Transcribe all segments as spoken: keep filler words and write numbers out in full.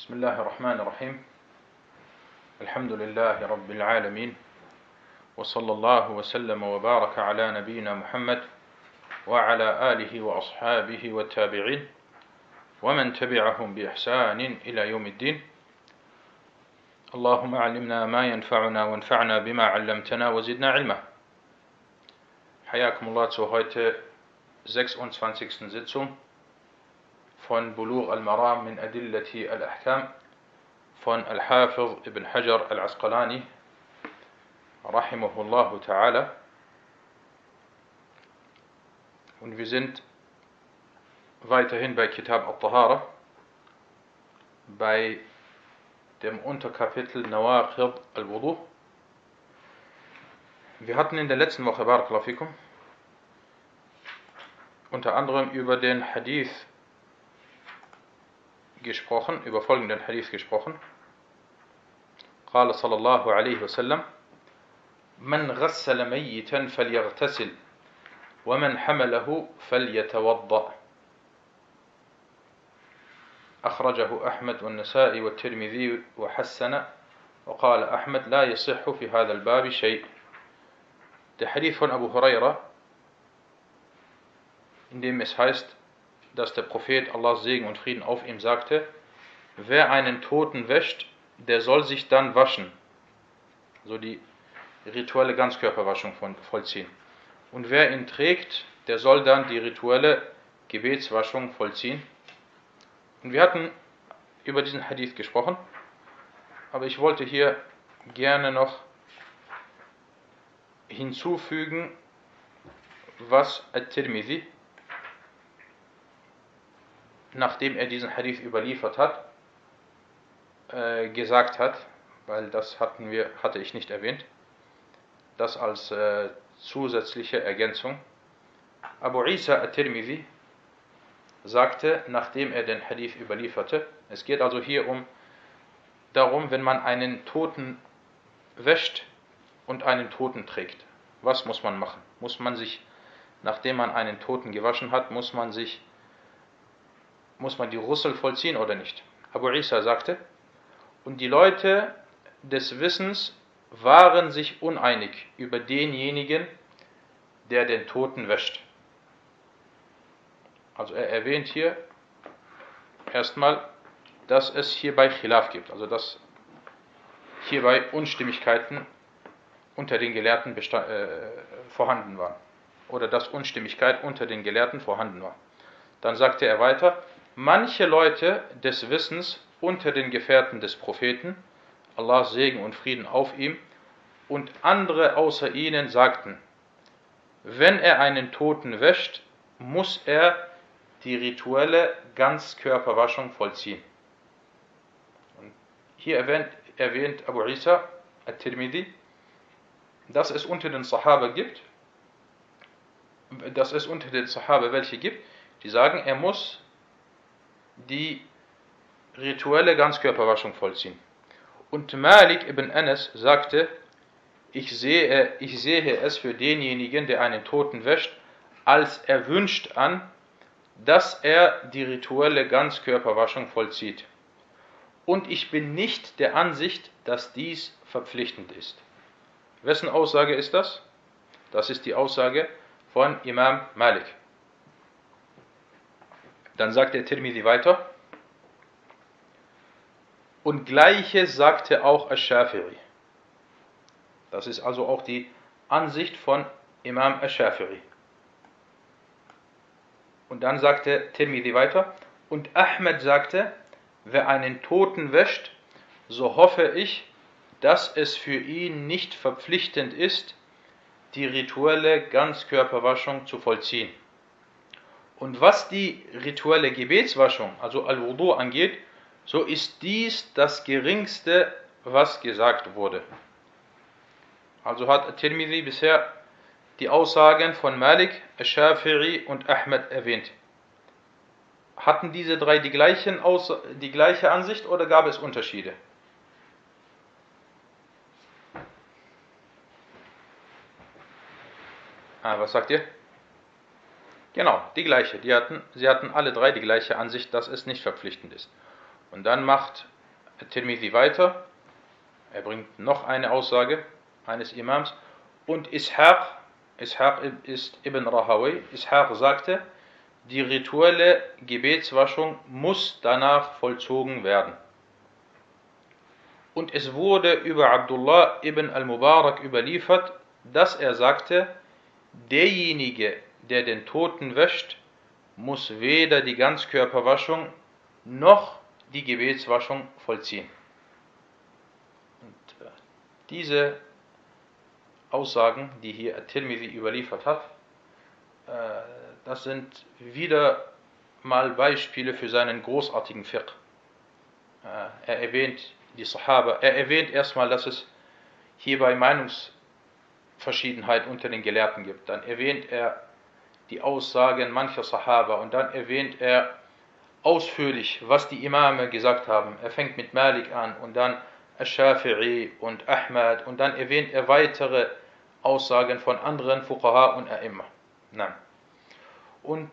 بسم الله الرحمن الرحيم الحمد لله رب العالمين وصلى الله وسلم وبارك على نبينا محمد وعلى آله وأصحابه والتابعين ومن تبعهم بإحسان إلى يوم الدين اللهم علمنا ما ينفعنا وانفعنا بما علمتنا وزدنا علما. Hayakumullah zur heute sechsundzwanzigsten Sitzung von Bulugh al-Maram min Adillati al-Ahkam von Al-Hafiz ibn Hajar al-Asqalani rahimahullahu ta'ala. Und wir sind weiterhin bei Kitab al-Tahara, bei dem Unterkapitel Nawaqid al-Wudu. Wir hatten in der letzten Woche, Barakallahu fikum, unter anderem über den Hadith gesprochen, über folgenden Hadith gesprochen. قال صلى الله عليه وسلم من غسل ميتا فليغتسل ومن حمله فليتوضأ أخرجه أحمد والنسائي والترمذي وحسن وقال أحمد لا يصح في هذا الباب شيء. Der Hadith von Abu Huraira, in dem es heißt, dass der Prophet, Allahs Segen und Frieden auf ihm, sagte, wer einen Toten wäscht, der soll sich dann waschen, so die rituelle Ganzkörperwaschung vollziehen. Und wer ihn trägt, der soll dann die rituelle Gebetswaschung vollziehen. Und wir hatten über diesen Hadith gesprochen, aber ich wollte hier gerne noch hinzufügen, was At-Tirmidhi, nachdem er diesen Hadith überliefert hat, äh, gesagt hat, weil das hatten wir, hatte ich nicht erwähnt, das als äh, zusätzliche Ergänzung. Abu Isa At-Tirmidhi sagte, nachdem er den Hadith überlieferte, es geht also hier um darum, wenn man einen Toten wäscht und einen Toten trägt. Was muss man machen? Muss man sich, nachdem man einen Toten gewaschen hat, muss man sich, muss man die Ghusl vollziehen oder nicht? Abu Isa sagte, und die Leute des Wissens waren sich uneinig über denjenigen, der den Toten wäscht. Also er erwähnt hier erstmal, dass es hierbei Khilaf gibt, also dass hierbei Unstimmigkeiten unter den Gelehrten äh, vorhanden waren, oder dass Unstimmigkeit unter den Gelehrten vorhanden war. Dann sagte er weiter, manche Leute des Wissens unter den Gefährten des Propheten, Allahs Segen und Frieden auf ihm, und andere außer ihnen sagten, wenn er einen Toten wäscht, muss er die rituelle Ganzkörperwaschung vollziehen. Und hier erwähnt, erwähnt Abu Isa At-Tirmidhi, dass es unter den Sahaba gibt, dass es unter den Sahaba welche gibt, die sagen, er muss die rituelle Ganzkörperwaschung vollziehen. Und Malik ibn Anas sagte, ich sehe, ich sehe es für denjenigen, der einen Toten wäscht, als erwünscht an, dass er die rituelle Ganzkörperwaschung vollzieht. Und ich bin nicht der Ansicht, dass dies verpflichtend ist. Wessen Aussage ist das? Das ist die Aussage von Imam Malik. Dann sagt der Tirmidhi weiter, und Gleiches sagte auch Ash-Shafi'i. Das ist also auch die Ansicht von Imam Ash-Shafi'i. Und dann sagte Tirmidhi weiter, und Ahmed sagte, wer einen Toten wäscht, so hoffe ich, dass es für ihn nicht verpflichtend ist, die rituelle Ganzkörperwaschung zu vollziehen. Und was die rituelle Gebetswaschung, also Al-Wudu, angeht, so ist dies das Geringste, was gesagt wurde. Also hat Tirmidhi bisher die Aussagen von Malik, Ash-Shafi'i und Ahmed erwähnt. Hatten diese drei die, gleichen Aus- die gleiche Ansicht oder gab es Unterschiede? Ah, was sagt ihr? Genau, die gleiche. Die hatten, sie hatten alle drei die gleiche Ansicht, dass es nicht verpflichtend ist. Und dann macht Tirmidhi weiter, er bringt noch eine Aussage eines Imams, und Ishaq, Ishaq ist Ibn Rahawi, Ishaq sagte, die rituelle Gebetswaschung muss danach vollzogen werden. Und es wurde über Abdullah ibn al-Mubarak überliefert, dass er sagte, derjenige, der den Toten wäscht, muss weder die Ganzkörperwaschung noch die Gebetswaschung vollziehen. Und diese Aussagen, die hier At-Tirmidhi überliefert hat, das sind wieder mal Beispiele für seinen großartigen Fiqh. Er erwähnt die Sahaba, er erwähnt erstmal, dass es hierbei Meinungsverschiedenheit unter den Gelehrten gibt. Dann erwähnt er die Aussagen mancher Sahaba und dann erwähnt er ausführlich, was die Imame gesagt haben. Er fängt mit Malik an und dann Ash-Shafi'i und Ahmad und dann erwähnt er weitere Aussagen von anderen Fuqaha und A'imma. Nein. Und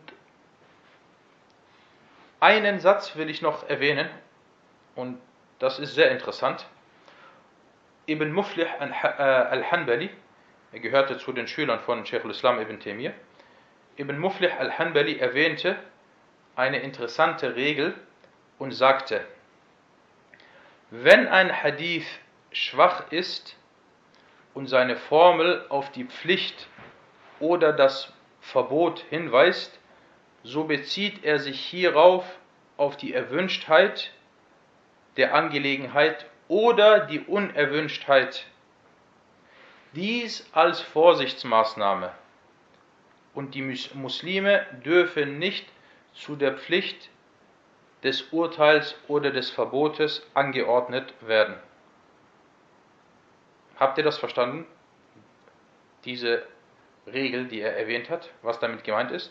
einen Satz will ich noch erwähnen, und das ist sehr interessant. Ibn Muflih al-Hanbali, er gehörte zu den Schülern von Shaykh al-Islam ibn Taymiyyah. Ibn Muflih al-Hanbali erwähnte eine interessante Regel und sagte, wenn ein Hadith schwach ist und seine Formel auf die Pflicht oder das Verbot hinweist, so bezieht er sich hierauf auf die Erwünschtheit der Angelegenheit oder die Unerwünschtheit. Dies als Vorsichtsmaßnahme. Und die Muslime dürfen nicht zu der Pflicht des Urteils oder des Verbotes angeordnet werden. Habt ihr das verstanden? Diese Regel, die er erwähnt hat, was damit gemeint ist?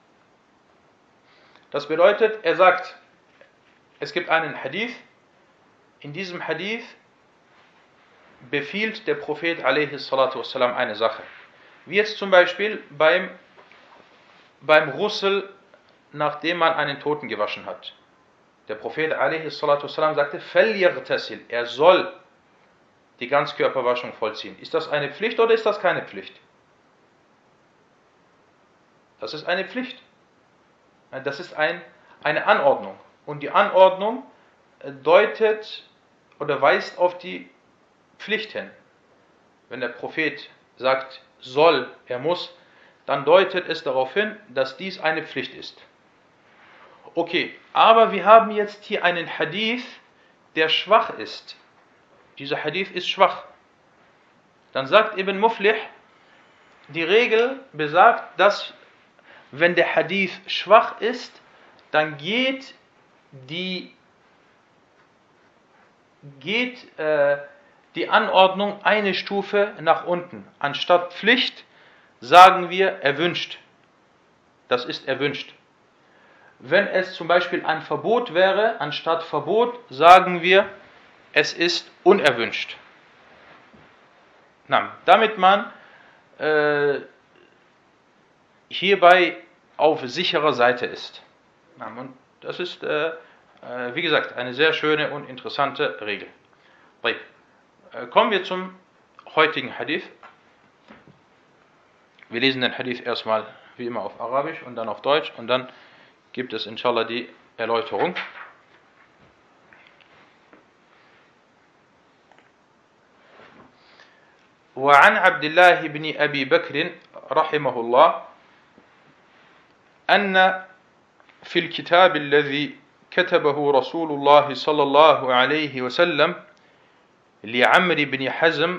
Das bedeutet, er sagt, es gibt einen Hadith, in diesem Hadith befiehlt der Prophet a.s. eine Sache. Wie jetzt zum Beispiel beim, beim Ghusl, nachdem man einen Toten gewaschen hat. Der Prophet a.s. sagte, فَلْيَغْتَسِلْ, er soll die Ganzkörperwaschung vollziehen. Ist das eine Pflicht oder ist das keine Pflicht? Das ist eine Pflicht. Das ist ein, eine Anordnung. Und die Anordnung deutet oder weist auf die Pflicht hin. Wenn der Prophet sagt, soll, er muss, dann deutet es darauf hin, dass dies eine Pflicht ist. Okay, aber wir haben jetzt hier einen Hadith, der schwach ist. Dieser Hadith ist schwach. Dann sagt Ibn Muflih, die Regel besagt, dass wenn der Hadith schwach ist, dann geht die, geht, äh, die Anordnung eine Stufe nach unten. Anstatt Pflicht sagen wir erwünscht. Das ist erwünscht. Wenn es zum Beispiel ein Verbot wäre, anstatt Verbot sagen wir, es ist unerwünscht. Na, damit man äh, hierbei auf sicherer Seite ist. Na, und das ist, äh, äh, wie gesagt, eine sehr schöne und interessante Regel. Äh, kommen wir zum heutigen Hadith. Wir lesen den Hadith erstmal wie immer auf Arabisch und dann auf Deutsch und dann gibt es inshallah die Erläuterung. وعن عبد الله بن أبي بكر رحمه الله أن في الكتاب الذي كتبه رسول الله صلى الله عليه وسلم لعمر بن حزم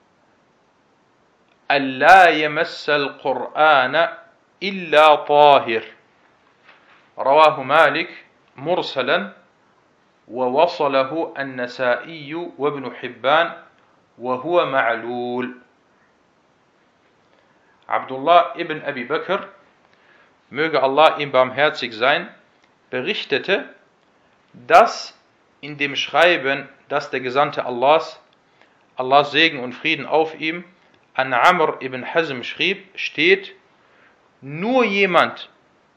ألا يمس القرآن إلا طاهر رواه مالك مرسلا ووصله النسائي وابن حبان وهو معلول. Abdullah ibn Abi Bakr, möge Allah ihm barmherzig sein, berichtete, dass in dem Schreiben, das der Gesandte Allahs, Allahs Segen und Frieden auf ihm, an Amr ibn Hazm schrieb, steht, nur jemand,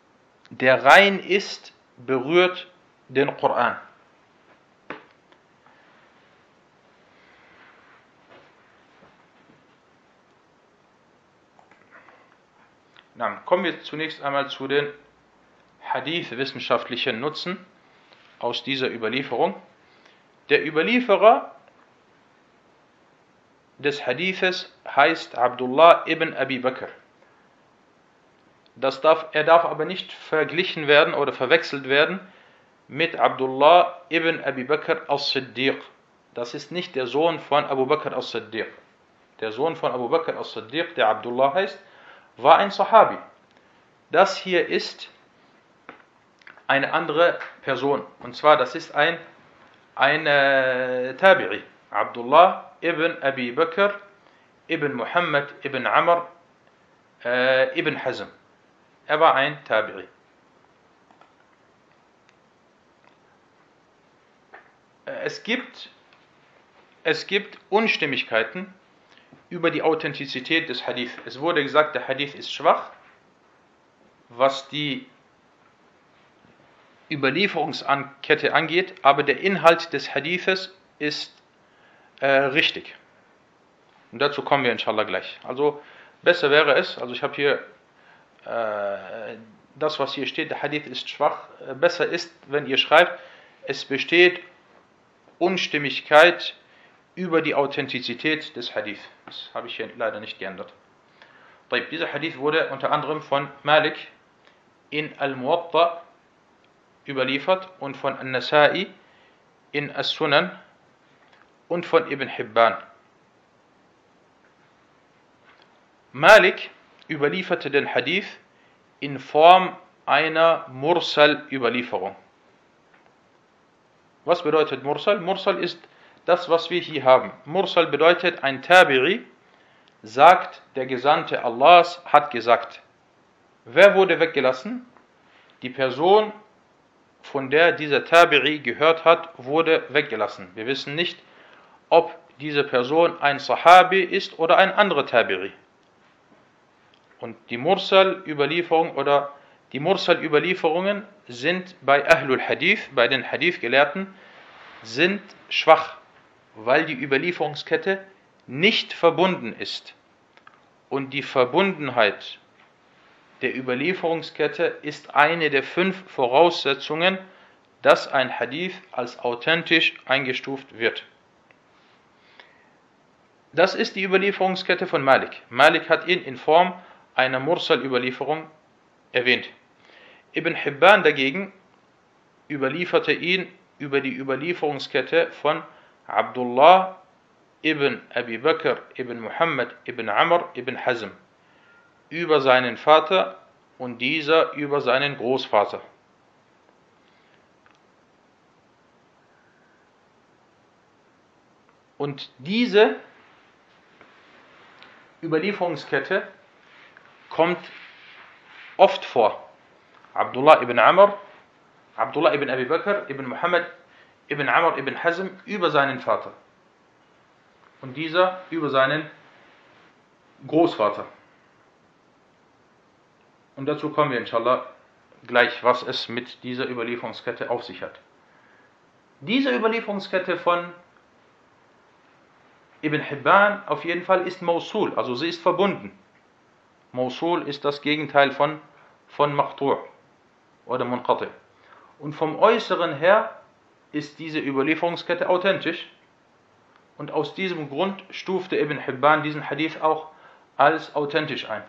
der rein ist, berührt den Koran. Na, kommen wir zunächst einmal zu den Hadith-wissenschaftlichen Nutzen aus dieser Überlieferung. Der Überlieferer des Hadithes heißt Abdullah ibn Abi Bakr. Das darf, er darf aber nicht verglichen werden oder verwechselt werden mit Abdullah ibn Abi Bakr as-Siddiq. Das ist nicht der Sohn von Abu Bakr as-Siddiq. Der Sohn von Abu Bakr as-Siddiq, der Abdullah heißt, war ein Sahabi. Das hier ist eine andere Person. Und zwar, das ist ein, ein äh, Tabi'i. Abdullah ibn Abi Bakr ibn Muhammad ibn Amr äh, ibn Hazm. Er war ein Tabi'i. Es gibt, es gibt Unstimmigkeiten über die Authentizität des Hadith. Es wurde gesagt, der Hadith ist schwach, was die Überlieferungskette angeht, aber der Inhalt des Hadithes ist äh, richtig. Und dazu kommen wir inshallah gleich. Also besser wäre es, also ich habe hier äh, das, was hier steht, der Hadith ist schwach. Äh, besser ist, wenn ihr schreibt, es besteht Unstimmigkeit über die Authentizität des Hadith. Das habe ich hier leider nicht geändert. Dieser Hadith wurde unter anderem von Malik in Al-Muwatta überliefert und von An-Nasa'i in As-Sunan und von Ibn Hibban. Malik überlieferte den Hadith in Form einer Mursal-Überlieferung. Was bedeutet Mursal? Mursal ist das, was wir hier haben. Mursal bedeutet, ein Tabi'i sagt, der Gesandte Allahs hat gesagt. Wer wurde weggelassen? Die Person, von der dieser Tabi'i gehört hat, wurde weggelassen. Wir wissen nicht, ob diese Person ein Sahabi ist oder ein anderer Tabi'i. Und die Mursal-Überlieferung oder die Mursal-Überlieferungen sind bei Ahlul Hadith, bei den Hadith-Gelehrten, sind schwach, weil die Überlieferungskette nicht verbunden ist. Und die Verbundenheit der Überlieferungskette ist eine der fünf Voraussetzungen, dass ein Hadith als authentisch eingestuft wird. Das ist die Überlieferungskette von Malik. Malik hat ihn in Form einer Mursal-Überlieferung erwähnt. Ibn Hibban dagegen überlieferte ihn über die Überlieferungskette von Abdullah ibn Abi Bakr ibn Muhammad ibn Amr ibn Hazm über seinen Vater und dieser über seinen Großvater. Und diese Überlieferungskette kommt oft vor. Abdullah ibn Amr, Abdullah ibn Abi Bakr ibn Muhammad ibn Amr ibn Hazm über seinen Vater. Und dieser über seinen Großvater. Und dazu kommen wir inshallah gleich, was es mit dieser Überlieferungskette auf sich hat. Diese Überlieferungskette von Ibn Hibban auf jeden Fall ist Mausul, also sie ist verbunden. Mausul ist das Gegenteil von, von Maqtu' oder Munqati'. Und vom Äußeren her ist diese Überlieferungskette authentisch. Und aus diesem Grund stufte Ibn Hibban diesen Hadith auch als authentisch ein.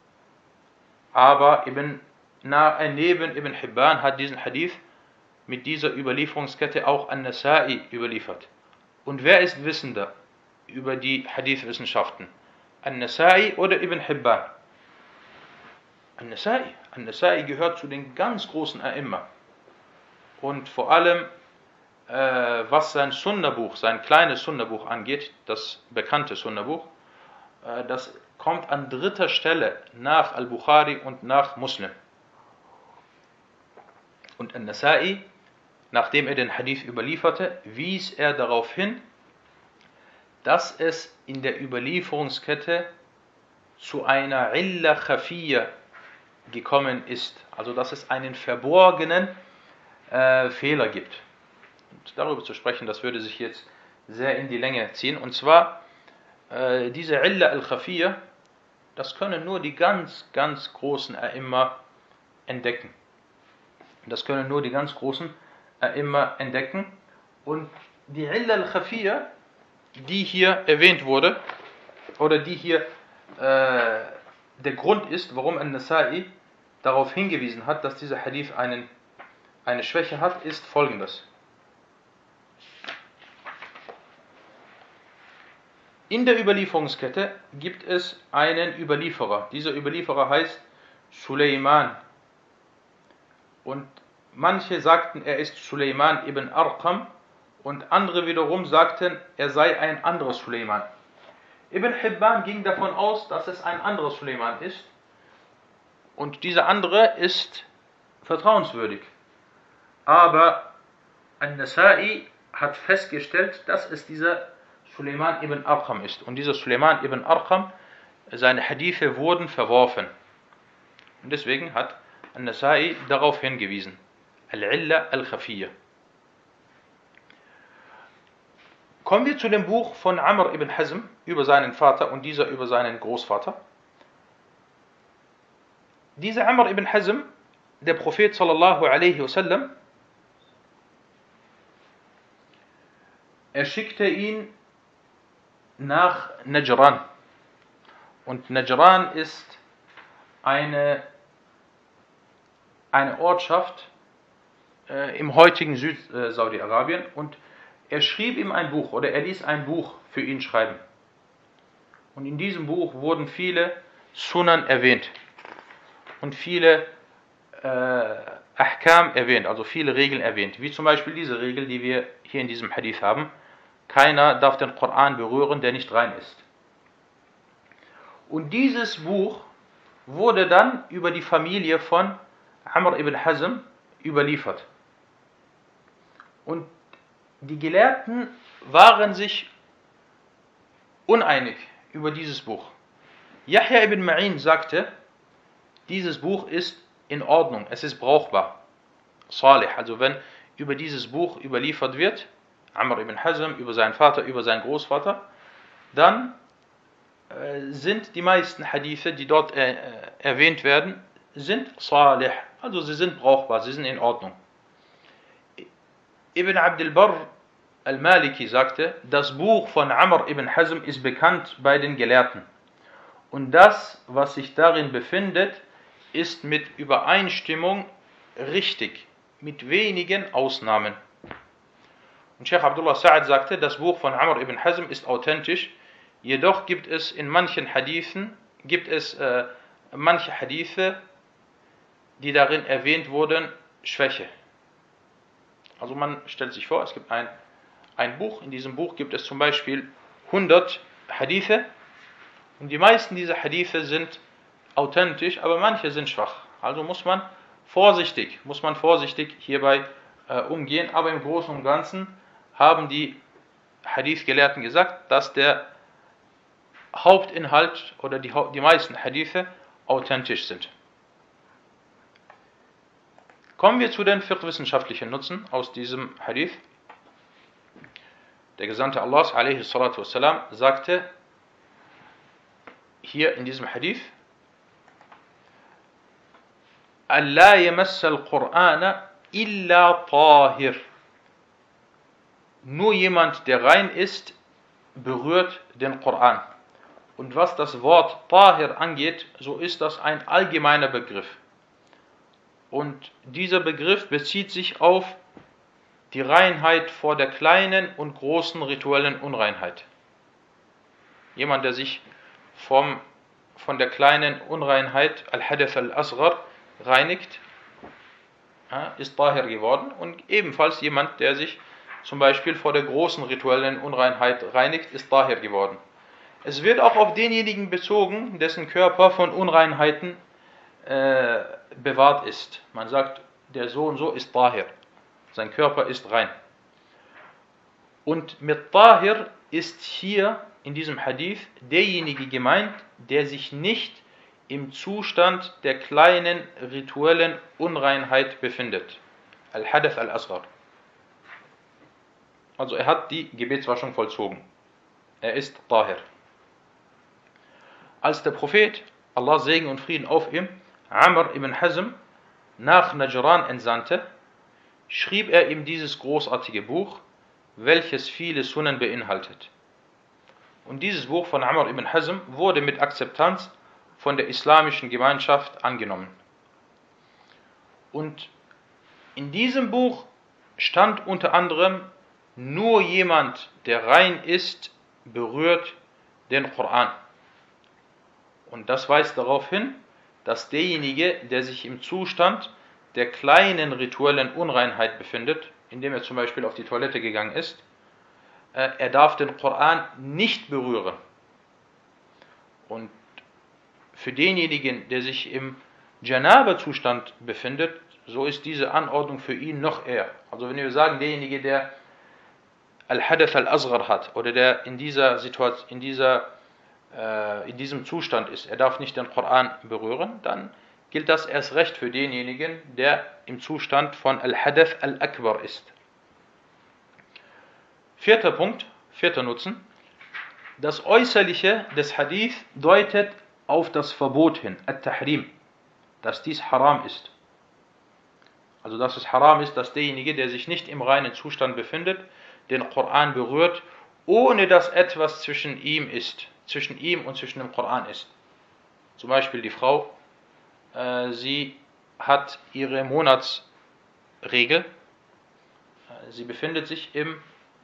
Aber Ibn, na, neben Ibn Hibban hat diesen Hadith mit dieser Überlieferungskette auch An-Nasa'i überliefert. Und wer ist wissender über die Hadith-Wissenschaften? An-Nasa'i oder Ibn Hibban? An-Nasa'i. An-Nasa'i gehört zu den ganz großen A'imma. Und vor allem, äh, was sein Sunna-Buch, sein kleines Sunna-Buch angeht, das bekannte Sunna-Buch, äh, das kommt an dritter Stelle nach Al-Bukhari und nach Muslim. Und An-Nasa'i, nachdem er den Hadith überlieferte, wies er darauf hin, dass es in der Überlieferungskette zu einer Illa Khafiyya gekommen ist. Also dass es einen verborgenen äh, Fehler gibt. Und darüber zu sprechen, das würde sich jetzt sehr in die Länge ziehen. Und zwar, äh, diese Illa al-Khafiyya, das können nur die ganz, ganz großen A'imma entdecken. Das können nur die ganz großen A'imma entdecken. Und die Illa al-Khafiyya, die hier erwähnt wurde, oder die hier äh, der Grund ist, warum An-Nasa'i darauf hingewiesen hat, dass dieser Hadith einen, eine Schwäche hat, ist folgendes. In der Überlieferungskette gibt es einen Überlieferer. Dieser Überlieferer heißt Suleiman. Und manche sagten, er ist Suleiman ibn Arqam, und andere wiederum sagten, er sei ein anderer Suleiman. Ibn Hibban ging davon aus, dass es ein anderer Suleiman ist, und dieser andere ist vertrauenswürdig. Aber An-Nasa'i hat festgestellt, dass es dieser Suleiman ibn Arqam ist. Und dieser Suleiman ibn Arqam, seine Hadithe wurden verworfen. Und deswegen hat An-Nasa'i darauf hingewiesen. Al-Illa al-Khafiyya. Kommen wir zu dem Buch von Amr ibn Hazm über seinen Vater und dieser über seinen Großvater. Dieser Amr ibn Hazm, der Prophet sallallahu alaihi wasallam, er schickte ihn nach Najran. Und Najran ist eine, eine Ortschaft äh, im heutigen Süd-Saudi-Arabien. Und er schrieb ihm ein Buch, oder er ließ ein Buch für ihn schreiben. Und in diesem Buch wurden viele Sunan erwähnt. Und viele äh, Ahkam erwähnt, also viele Regeln erwähnt. Wie zum Beispiel diese Regel, die wir hier in diesem Hadith haben. Keiner darf den Koran berühren, der nicht rein ist. Und dieses Buch wurde dann über die Familie von Amr ibn Hazm überliefert. Und die Gelehrten waren sich uneinig über dieses Buch. Yahya ibn Ma'in sagte, dieses Buch ist in Ordnung, es ist brauchbar. Salih, also wenn über dieses Buch überliefert wird, Amr ibn Hazm, über seinen Vater, über seinen Großvater, dann äh, sind die meisten Hadithe, die dort äh, erwähnt werden, sind Salih, also sie sind brauchbar, sie sind in Ordnung. Ibn Abdul Barr al-Maliki sagte, das Buch von Amr ibn Hazm ist bekannt bei den Gelehrten. Und das, was sich darin befindet, ist mit Übereinstimmung richtig, mit wenigen Ausnahmen. Und Sheikh Abdullah Sa'ad sagte, das Buch von Amr ibn Hazm ist authentisch, jedoch gibt es in manchen Hadithen, gibt es äh, manche Hadithe, die darin erwähnt wurden, Schwäche. Also man stellt sich vor, es gibt ein, ein Buch, in diesem Buch gibt es zum Beispiel hundert Hadithe, und die meisten dieser Hadithe sind authentisch, aber manche sind schwach. Also muss man vorsichtig, muss man vorsichtig hierbei äh, umgehen, aber im Großen und Ganzen haben die Hadith-Gelehrten gesagt, dass der Hauptinhalt oder die, die meisten Hadithe authentisch sind. Kommen wir zu den fiqh-wissenschaftlichen Nutzen aus diesem Hadith. Der Gesandte Allahs alaihi salatu wassalam sagte hier in diesem Hadith: Allah yamassa al-Qur'ana illa tahir. Nur jemand, der rein ist, berührt den Koran. Und was das Wort Tahir angeht, so ist das ein allgemeiner Begriff. Und dieser Begriff bezieht sich auf die Reinheit vor der kleinen und großen rituellen Unreinheit. Jemand, der sich vom, von der kleinen Unreinheit, Al-Hadath al-Asghar, reinigt, ist Tahir geworden. Und ebenfalls jemand, der sich zum Beispiel vor der großen rituellen Unreinheit reinigt, ist Tahir geworden. Es wird auch auf denjenigen bezogen, dessen Körper von Unreinheiten äh, bewahrt ist. Man sagt, der so und so ist Tahir. Sein Körper ist rein. Und mit Tahir ist hier in diesem Hadith derjenige gemeint, der sich nicht im Zustand der kleinen rituellen Unreinheit befindet. Al-Hadath al-Asghar. Also er hat die Gebetswaschung vollzogen. Er ist Tahir. Als der Prophet, Allah Segen und Frieden auf ihm, Amr ibn Hazm nach Najran entsandte, schrieb er ihm dieses großartige Buch, welches viele Sunnen beinhaltet. Und dieses Buch von Amr ibn Hazm wurde mit Akzeptanz von der islamischen Gemeinschaft angenommen. Und in diesem Buch stand unter anderem, nur jemand, der rein ist, berührt den Koran. Und das weist darauf hin, dass derjenige, der sich im Zustand der kleinen rituellen Unreinheit befindet, indem er zum Beispiel auf die Toilette gegangen ist, äh, er darf den Koran nicht berühren. Und für denjenigen, der sich im Janaba-Zustand befindet, so ist diese Anordnung für ihn noch eher. Also wenn wir sagen, derjenige, der Al-Hadath al-Asghar hat oder der in dieser Situation, in dieser, äh, in diesem Zustand ist, er darf nicht den Koran berühren, dann gilt das erst recht für denjenigen, der im Zustand von Al-Hadath al-Akbar ist. Vierter Punkt, vierter Nutzen. Das Äußerliche des Hadith deutet auf das Verbot hin, At-Tahrim, dass dies haram ist. Also dass es haram ist, dass derjenige, der sich nicht im reinen Zustand befindet, den Koran berührt, ohne dass etwas zwischen ihm ist, zwischen ihm und zwischen dem Koran ist. Zum Beispiel die Frau, äh, sie hat ihre Monatsregel, sie befindet sich im,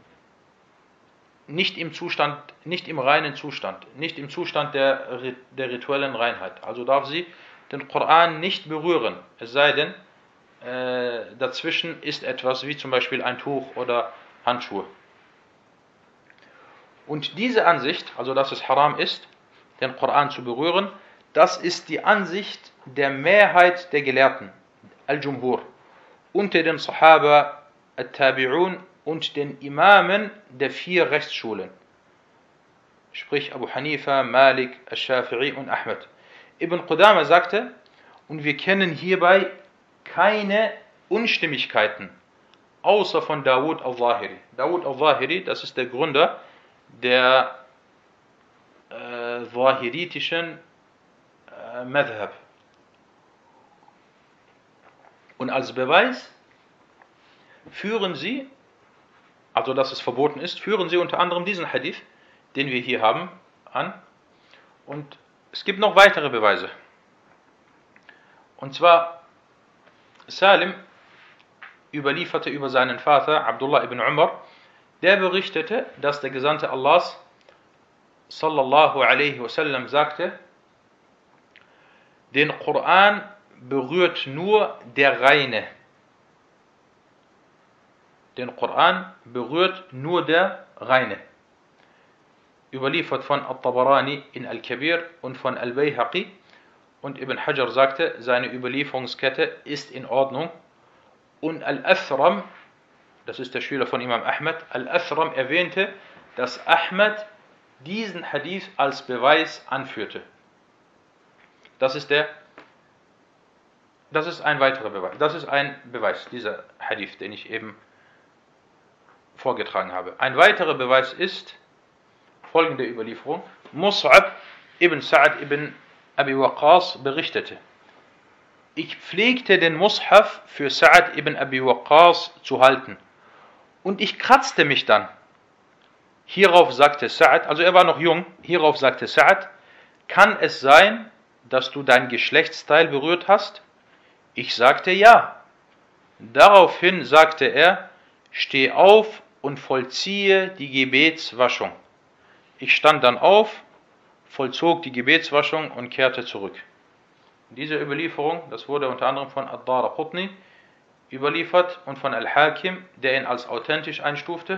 nicht im Zustand, nicht im reinen Zustand, nicht im Zustand der, der rituellen Reinheit. Also darf sie den Koran nicht berühren, es sei denn, äh, dazwischen ist etwas wie zum Beispiel ein Tuch oder Handschuhe. Und diese Ansicht, also dass es haram ist, den Koran zu berühren, das ist die Ansicht der Mehrheit der Gelehrten, Al-Jumhur, unter den Sahaba, Al-Tabi'un und den Imamen der vier Rechtsschulen, sprich Abu Hanifa, Malik, Al-Shafi'i und Ahmed. Ibn Qudama sagte, und wir kennen hierbei keine Unstimmigkeiten, außer von Dawud al-Zahiri. Dawud al-Zahiri, das ist der Gründer der äh, zahiritischen äh, Madhab. Und als Beweis führen sie, also dass es verboten ist, führen sie unter anderem diesen Hadith, den wir hier haben, an. Und es gibt noch weitere Beweise. Und zwar Salim überlieferte über seinen Vater Abdullah ibn Umar, der berichtete, dass der Gesandte Allahs sallallahu alaihi wasallam sagte, den Koran berührt nur der Reine. Den Koran berührt nur der Reine. Überliefert von At-Tabarani in Al-Kabir und von Al-Bayhaqi. Und Ibn Hajar sagte, seine Überlieferungskette ist in Ordnung. Und Al-Athram, das ist der Schüler von Imam Ahmed, Al-Athram erwähnte, dass Ahmed diesen Hadith als Beweis anführte. Das ist der, das ist ein weiterer Beweis. Das ist ein Beweis, dieser Hadith, den ich eben vorgetragen habe. Ein weiterer Beweis ist folgende Überlieferung. Mus'ab ibn Sa'ad ibn Abi Waqqas berichtete, ich pflegte den Mushaf für Sa'ad ibn Abi Waqqas zu halten und ich kratzte mich dann. Hierauf sagte Sa'ad, also er war noch jung, hierauf sagte Sa'ad, kann es sein, dass du dein Geschlechtsteil berührt hast? Ich sagte ja. Daraufhin sagte er, steh auf und vollziehe die Gebetswaschung. Ich stand dann auf, vollzog die Gebetswaschung und kehrte zurück. Diese Überlieferung, das wurde unter anderem von Ad-Daraqutni überliefert und von Al-Hakim, der ihn als authentisch einstufte,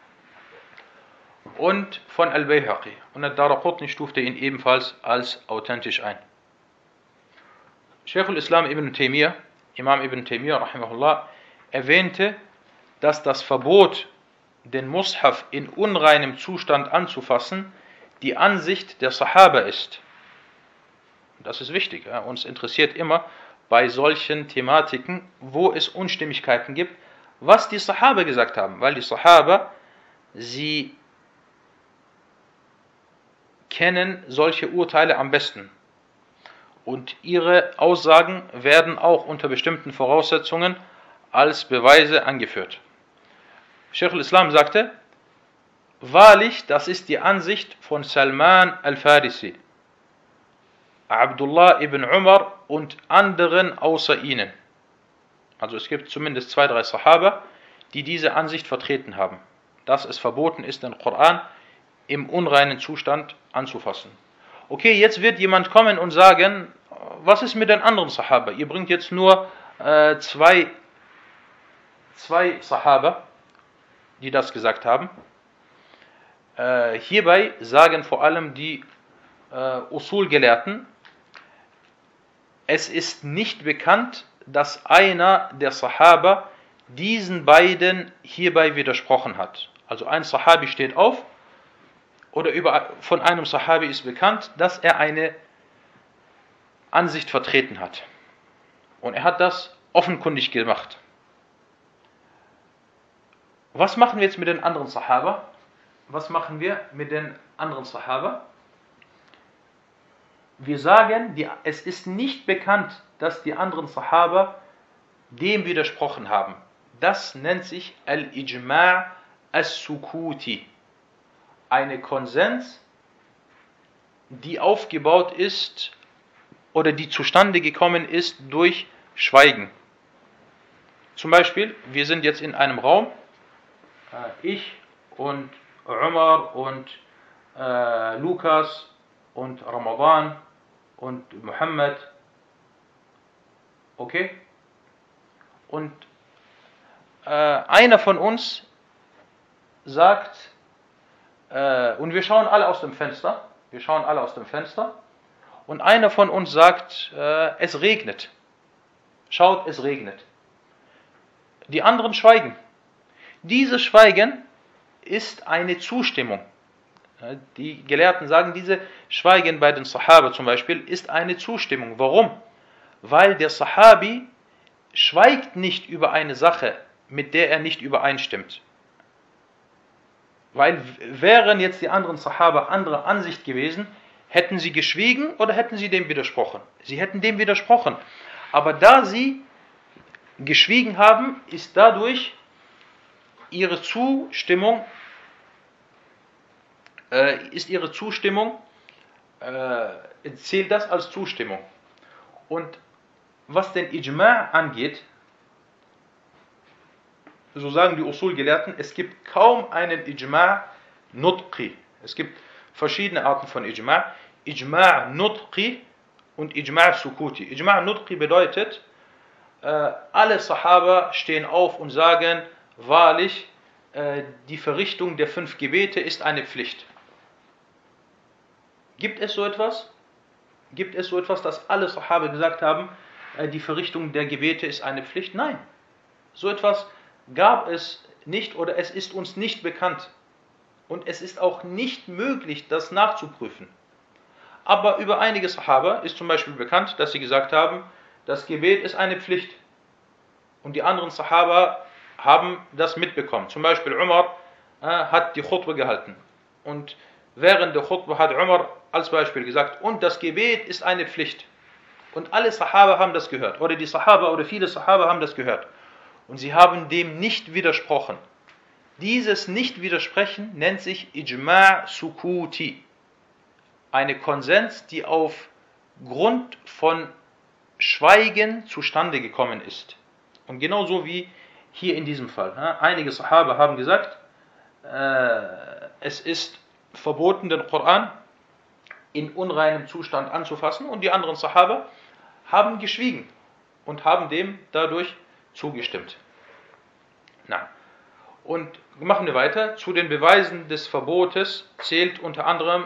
und von Al-Bayhaqi. Und Ad-Daraqutni stufte ihn ebenfalls als authentisch ein. Shaykh al-Islam ibn Taymiyyah, Imam ibn Taymiyyah, rahimahullah, erwähnte, dass das Verbot, den Mushaf in unreinem Zustand anzufassen, die Ansicht der Sahaba ist. Das ist wichtig. Ja? Uns interessiert immer bei solchen Thematiken, wo es Unstimmigkeiten gibt, was die Sahaba gesagt haben. Weil die Sahaba, sie kennen solche Urteile am besten. Und ihre Aussagen werden auch unter bestimmten Voraussetzungen als Beweise angeführt. Sheikh al-Islam sagte, wahrlich, das ist die Ansicht von Salman al-Farisi, Abdullah ibn Umar und anderen außer ihnen. Also es gibt zumindest zwei, drei Sahaba, die diese Ansicht vertreten haben, dass es verboten ist, den Koran im unreinen Zustand anzufassen. Okay, jetzt wird jemand kommen und sagen, was ist mit den anderen Sahaba? Ihr bringt jetzt nur äh, zwei, zwei Sahaba, die das gesagt haben. Äh, hierbei sagen vor allem die äh, Usul-Gelehrten, es ist nicht bekannt, dass einer der Sahaba diesen beiden hierbei widersprochen hat. Also ein Sahabi steht auf, oder über, von einem Sahabi ist bekannt, dass er eine Ansicht vertreten hat. Und er hat das offenkundig gemacht. Was machen wir jetzt mit den anderen Sahaba? Was machen wir mit den anderen Sahaba? Wir sagen, die, es ist nicht bekannt, dass die anderen Sahaba dem widersprochen haben. Das nennt sich Al-Ijma' As-Sukuti. Eine Konsens, die aufgebaut ist oder die zustande gekommen ist durch Schweigen. Zum Beispiel, wir sind jetzt in einem Raum, äh, ich und Umar und äh, Lukas und Ramadan und Muhammad, okay? Und äh, einer von uns sagt, äh, und wir schauen alle aus dem Fenster, wir schauen alle aus dem Fenster, und einer von uns sagt, äh, es regnet. Schaut, es regnet. Die anderen schweigen. Dieses Schweigen ist eine Zustimmung. Die Gelehrten sagen, diese Schweigen bei den Sahaba zum Beispiel ist eine Zustimmung. Warum? Weil der Sahabi schweigt nicht über eine Sache, mit der er nicht übereinstimmt. Weil wären jetzt die anderen Sahaba anderer Ansicht gewesen, hätten sie geschwiegen oder hätten sie dem widersprochen? Sie hätten dem widersprochen. Aber da sie geschwiegen haben, ist dadurch ihre Zustimmung, äh, ist ihre Zustimmung, äh, zählt das als Zustimmung. Und was den Ijma' angeht, so sagen die Usul-Gelehrten, es gibt kaum einen Ijma' Nutqi. Es gibt verschiedene Arten von Ijma'. Ijma' Nutqi und Ijma' Sukuti. Ijma' Nutqi bedeutet, äh, alle Sahaba stehen auf und sagen, wahrlich, äh, die Verrichtung der fünf Gebete ist eine Pflicht. Gibt es so etwas? Gibt es so etwas, dass alle Sahaba gesagt haben, äh, die Verrichtung der Gebete ist eine Pflicht? Nein. So etwas gab es nicht oder es ist uns nicht bekannt. Und es ist auch nicht möglich, das nachzuprüfen. Aber über einige Sahaba ist zum Beispiel bekannt, dass sie gesagt haben, das Gebet ist eine Pflicht. Und die anderen Sahaba haben das mitbekommen. Zum Beispiel Umar äh, hat die Khutbah gehalten. Und während der Khutbah hat Umar als Beispiel gesagt, und das Gebet ist eine Pflicht. Und alle Sahaba haben das gehört. Oder die Sahaba oder viele Sahaba haben das gehört. Und sie haben dem nicht widersprochen. Dieses Nicht-Widersprechen nennt sich Ijma' Sukuti. Eine Konsens, die auf Grund von Schweigen zustande gekommen ist. Und genauso wie hier in diesem Fall. Einige Sahaba haben gesagt, äh, es ist verboten, den Koran in unreinem Zustand anzufassen. Und die anderen Sahaba haben geschwiegen und haben dem dadurch zugestimmt. Na. Und machen wir weiter. Zu den Beweisen des Verbotes zählt unter anderem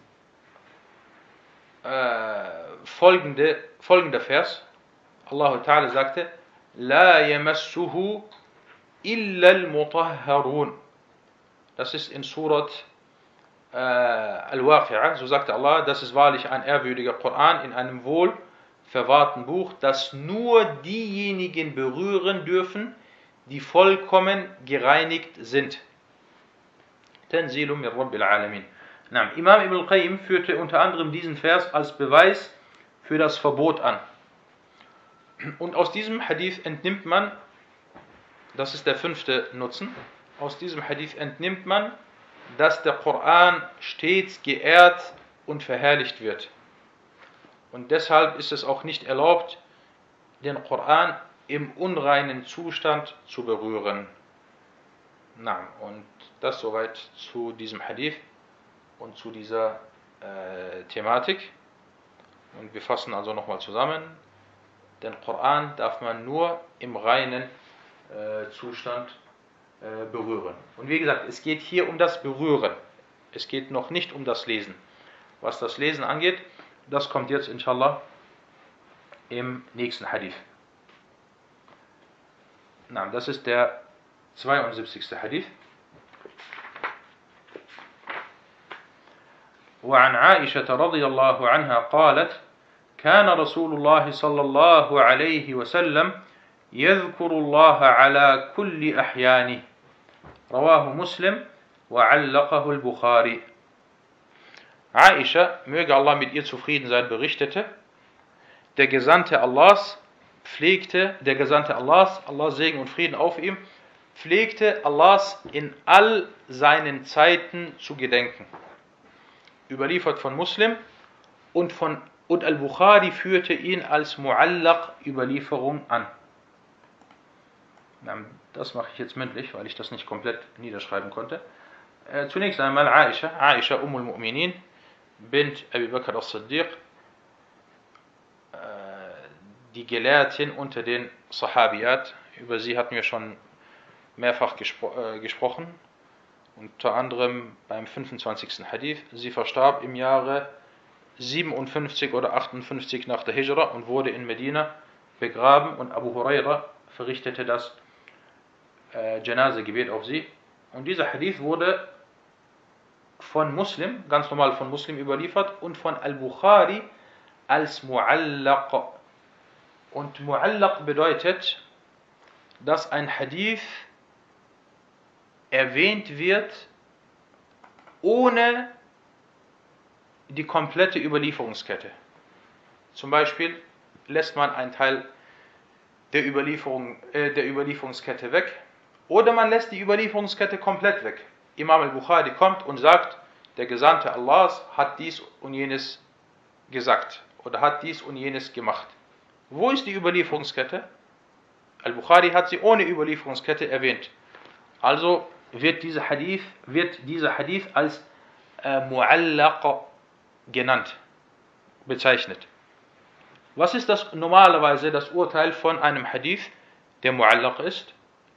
äh, folgende, folgender Vers. Allah Ta'ala sagte, La yamassuhu illa al-mutahharun. Das ist in Surat äh, Al-Waqi'ah. So sagte Allah, das ist wahrlich ein ehrwürdiger Koran in einem wohl verwahrten Buch, das nur diejenigen berühren dürfen, die vollkommen gereinigt sind. Tanzilum min Rabbil Alamin. Na, Imam Ibn al-Qayyim führte unter anderem diesen Vers als Beweis für das Verbot an. Und aus diesem Hadith entnimmt man, das ist der fünfte Nutzen, aus diesem Hadith entnimmt man, dass der Koran stets geehrt und verherrlicht wird. Und deshalb ist es auch nicht erlaubt, den Koran im unreinen Zustand zu berühren. Na, und das soweit zu diesem Hadith und zu dieser äh, Thematik. Und wir fassen also nochmal zusammen. Den Koran darf man nur im reinen äh, Zustand äh, berühren. Und wie gesagt, es geht hier um das Berühren. Es geht noch nicht um das Lesen. Was das Lesen angeht, das kommt jetzt inshallah im nächsten Hadith. Na, das ist der zweiundsiebzigste Hadith. وعن عائشة رضي الله عنها قالت كان رسول الله صلى الله عليه وسلم يذكر الله على كل أحيانه رواه مسلم وعلقه البخاري. Aisha, möge Allah mit ihr zufrieden sein, berichtete, der Gesandte Allahs pflegte, der Gesandte Allahs, Allah Segen und Frieden auf ihm, pflegte Allahs in all seinen Zeiten zu gedenken. Überliefert von Muslim und von und Al-Bukhari führte ihn als Mu'allaq-Überlieferung an. Das mache ich jetzt mündlich, weil ich das nicht komplett niederschreiben konnte. Äh, zunächst einmal Aisha, Aisha Umm al-Mu'minin, bint Abi Bakr as-Siddiq, äh, die Gelehrtin unter den Sahabiyat. Über sie hatten wir schon mehrfach gespro äh, gesprochen. Unter anderem beim fünfundzwanzigsten Hadith. Sie verstarb im Jahre siebenundfünfzig oder achtundfünfzig nach der Hijra und wurde in Medina begraben. Und Abu Huraira verrichtete das äh, Janaze-Gebet auf sie. Und dieser Hadith wurde von Muslim, ganz normal von Muslim überliefert und von Al-Bukhari als Mu'allaq. Und Mu'allaq bedeutet, dass ein Hadith erwähnt wird, ohne die komplette Überlieferungskette. Zum Beispiel lässt man einen Teil der, Überlieferung, äh, der Überlieferungskette weg, oder man lässt die Überlieferungskette komplett weg. Imam al-Bukhari kommt und sagt, der Gesandte Allahs hat dies und jenes gesagt oder hat dies und jenes gemacht. Wo ist die Überlieferungskette? Al-Bukhari hat sie ohne Überlieferungskette erwähnt. Also wird dieser Hadith, wird dieser Hadith als äh, Mu'allaq genannt, bezeichnet. Was ist das normalerweise das Urteil von einem Hadith, der Mu'allaq ist?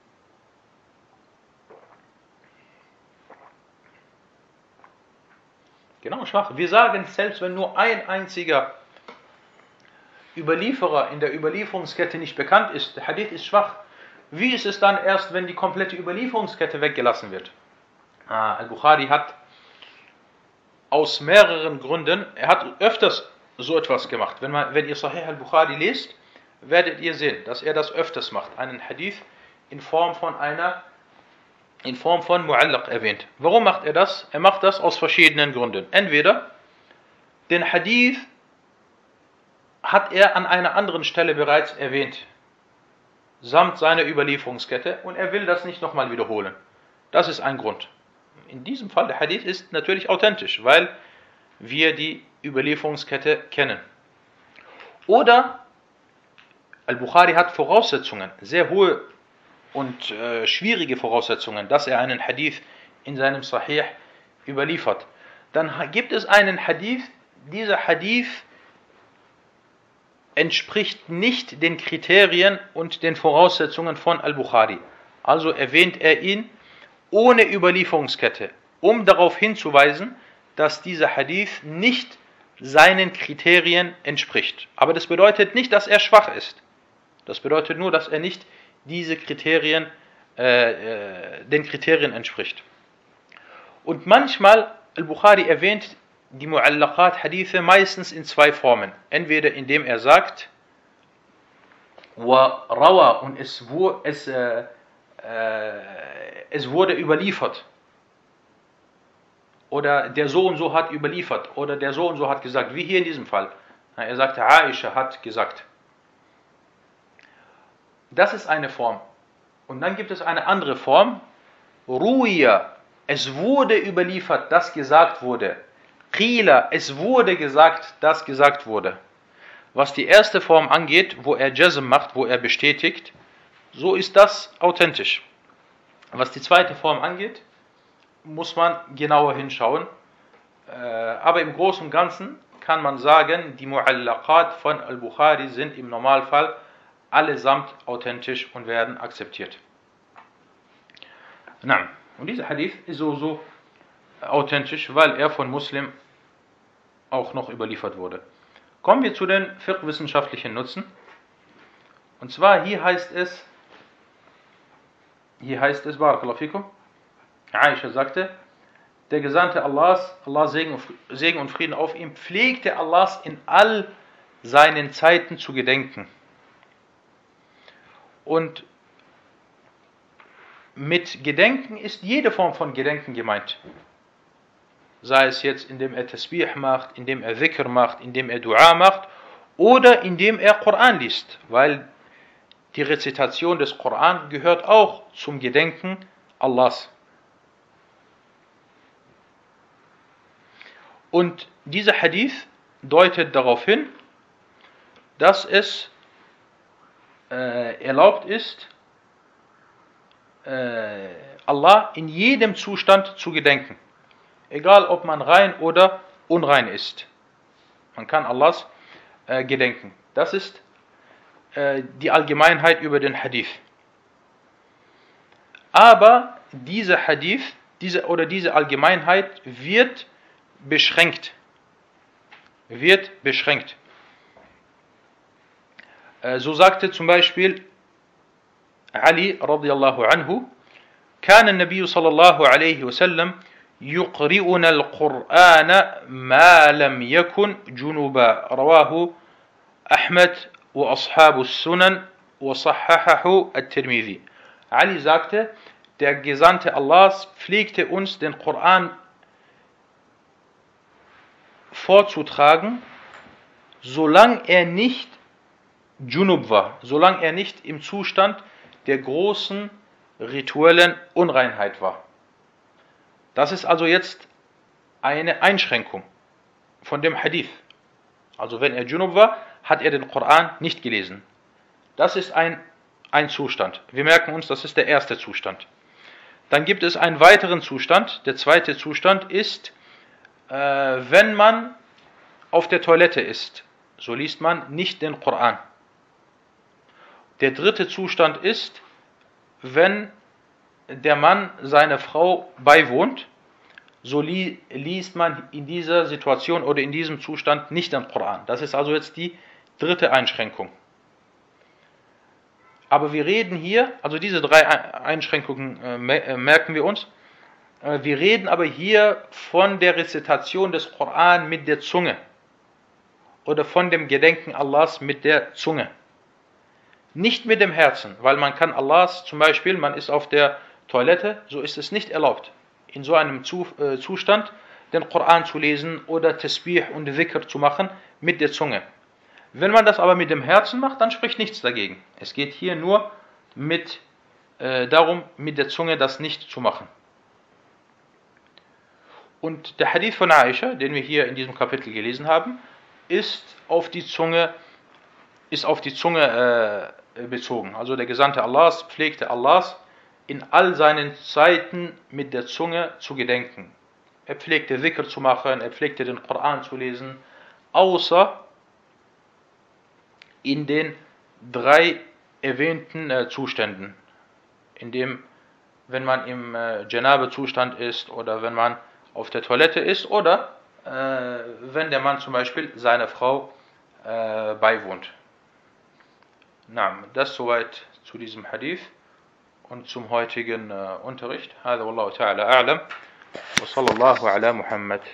Genau, schwach. Wir sagen, selbst wenn nur ein einziger Überlieferer in der Überlieferungskette nicht bekannt ist, der Hadith ist schwach. Wie ist es dann erst, wenn die komplette Überlieferungskette weggelassen wird? Ah, Al-Bukhari hat aus mehreren Gründen, er hat öfters so etwas gemacht. Wenn, man, wenn ihr Sahih al-Bukhari lest, werdet ihr sehen, dass er das öfters macht. Einen Hadith in Form von einer, in Form von Mu'allaq erwähnt. Warum macht er das? Er macht das aus verschiedenen Gründen. Entweder den Hadith hat er an einer anderen Stelle bereits erwähnt, samt seiner Überlieferungskette, und er will das nicht nochmal wiederholen. Das ist ein Grund. In diesem Fall, der Hadith ist natürlich authentisch, weil wir die Überlieferungskette kennen. Oder Al-Bukhari hat Voraussetzungen, sehr hohe und äh, schwierige Voraussetzungen, dass er einen Hadith in seinem Sahih überliefert. Dann gibt es einen Hadith, dieser Hadith entspricht nicht den Kriterien und den Voraussetzungen von Al-Bukhari. Also erwähnt er ihn ohne Überlieferungskette, um darauf hinzuweisen, dass dieser Hadith nicht seinen Kriterien entspricht. Aber das bedeutet nicht, dass er schwach ist. Das bedeutet nur, dass er nicht diese Kriterien, äh, äh, den Kriterien entspricht. Und manchmal, Al-Bukhari erwähnt die Mu'allaqat Hadithe meistens in zwei Formen. Entweder indem er sagt, wa rawa, und es, es, äh, äh, es wurde überliefert. oder der so und so hat überliefert, oder der so und so hat gesagt, wie hier in diesem Fall. Er sagte, Aisha hat gesagt. Das ist eine Form. Und dann gibt es eine andere Form, Ruya, es wurde überliefert, dass gesagt wurde. Qila, es wurde gesagt, dass gesagt wurde. Was die erste Form angeht, wo er Jazm macht, wo er bestätigt, so ist das authentisch. Was die zweite Form angeht, muss man genauer hinschauen. Aber im Großen und Ganzen kann man sagen, die Mu'allaqat von Al-Bukhari sind im Normalfall allesamt authentisch und werden akzeptiert. Na, und dieser Hadith ist so, so authentisch, weil er von Muslim auch noch überliefert wurde. Kommen wir zu den fiqh-wissenschaftlichen Nutzen. Und zwar hier heißt es, hier heißt es, Barakallahu fikum, Aisha sagte, der Gesandte Allahs, Allah Segen und, Segen und Frieden auf ihm, pflegte Allahs in all seinen Zeiten zu gedenken. Und mit Gedenken ist jede Form von Gedenken gemeint. Sei es jetzt, indem er Tasbih macht, indem er Dhikr macht, indem er Dua macht oder indem er Koran liest, weil die Rezitation des Koran gehört auch zum Gedenken Allahs. Und dieser Hadith deutet darauf hin, dass es äh, erlaubt ist, äh, Allah in jedem Zustand zu gedenken. Egal, ob man rein oder unrein ist. Man kann Allahs äh, gedenken. Das ist äh, die Allgemeinheit über den Hadith. Aber dieser Hadith, diese, oder diese Allgemeinheit wird beschränkt. Wird beschränkt. Äh, so sagte zum Beispiel Ali radiallahu anhu, كان النبي صلى الله عليه وسلم يقرئنا القرآن ما لم يكن جنبا رواه أحمد وأصحاب السنن وصححه الترمذي. Ali sagte, der Gesandte Allahs pflegte uns den Koran vorzutragen, solange er nicht Junub war, solange er nicht im Zustand der großen rituellen Unreinheit war. Das ist also jetzt eine Einschränkung von dem Hadith. Also wenn er Junub war, hat er den Koran nicht gelesen. Das ist ein, ein Zustand. Wir merken uns, das ist der erste Zustand. Dann gibt es einen weiteren Zustand. Der zweite Zustand ist, äh, wenn man auf der Toilette ist, so liest man nicht den Koran. Der dritte Zustand ist, wenn der Mann seiner Frau beiwohnt, so li- liest man in dieser Situation oder in diesem Zustand nicht den Koran. Das ist also jetzt die dritte Einschränkung. Aber wir reden hier, also diese drei Einschränkungen äh, merken wir uns, äh, wir reden aber hier von der Rezitation des Koran mit der Zunge oder von dem Gedenken Allahs mit der Zunge. Nicht mit dem Herzen, weil man kann Allahs, zum Beispiel, man ist auf der Toilette, so ist es nicht erlaubt, in so einem Zustand den Koran zu lesen oder Tasbih und Dhikr zu machen mit der Zunge. Wenn man das aber mit dem Herzen macht, dann spricht nichts dagegen. Es geht hier nur mit, äh, darum, mit der Zunge das nicht zu machen. Und der Hadith von Aisha, den wir hier in diesem Kapitel gelesen haben, ist auf die Zunge, ist auf die Zunge äh, bezogen. Also der Gesandte Allahs pflegte Allahs in all seinen Zeiten mit der Zunge zu gedenken. Er pflegte Dhikr zu machen, er pflegte den Koran zu lesen, außer in den drei erwähnten äh, Zuständen. In dem, wenn man im äh, Janabe-Zustand ist oder wenn man auf der Toilette ist oder äh, wenn der Mann zum Beispiel seiner Frau äh, beiwohnt. Na, das soweit zu diesem Hadith und zum heutigen äh, Unterricht. هذا والله تعالى أعلم وصلى الله على محمد.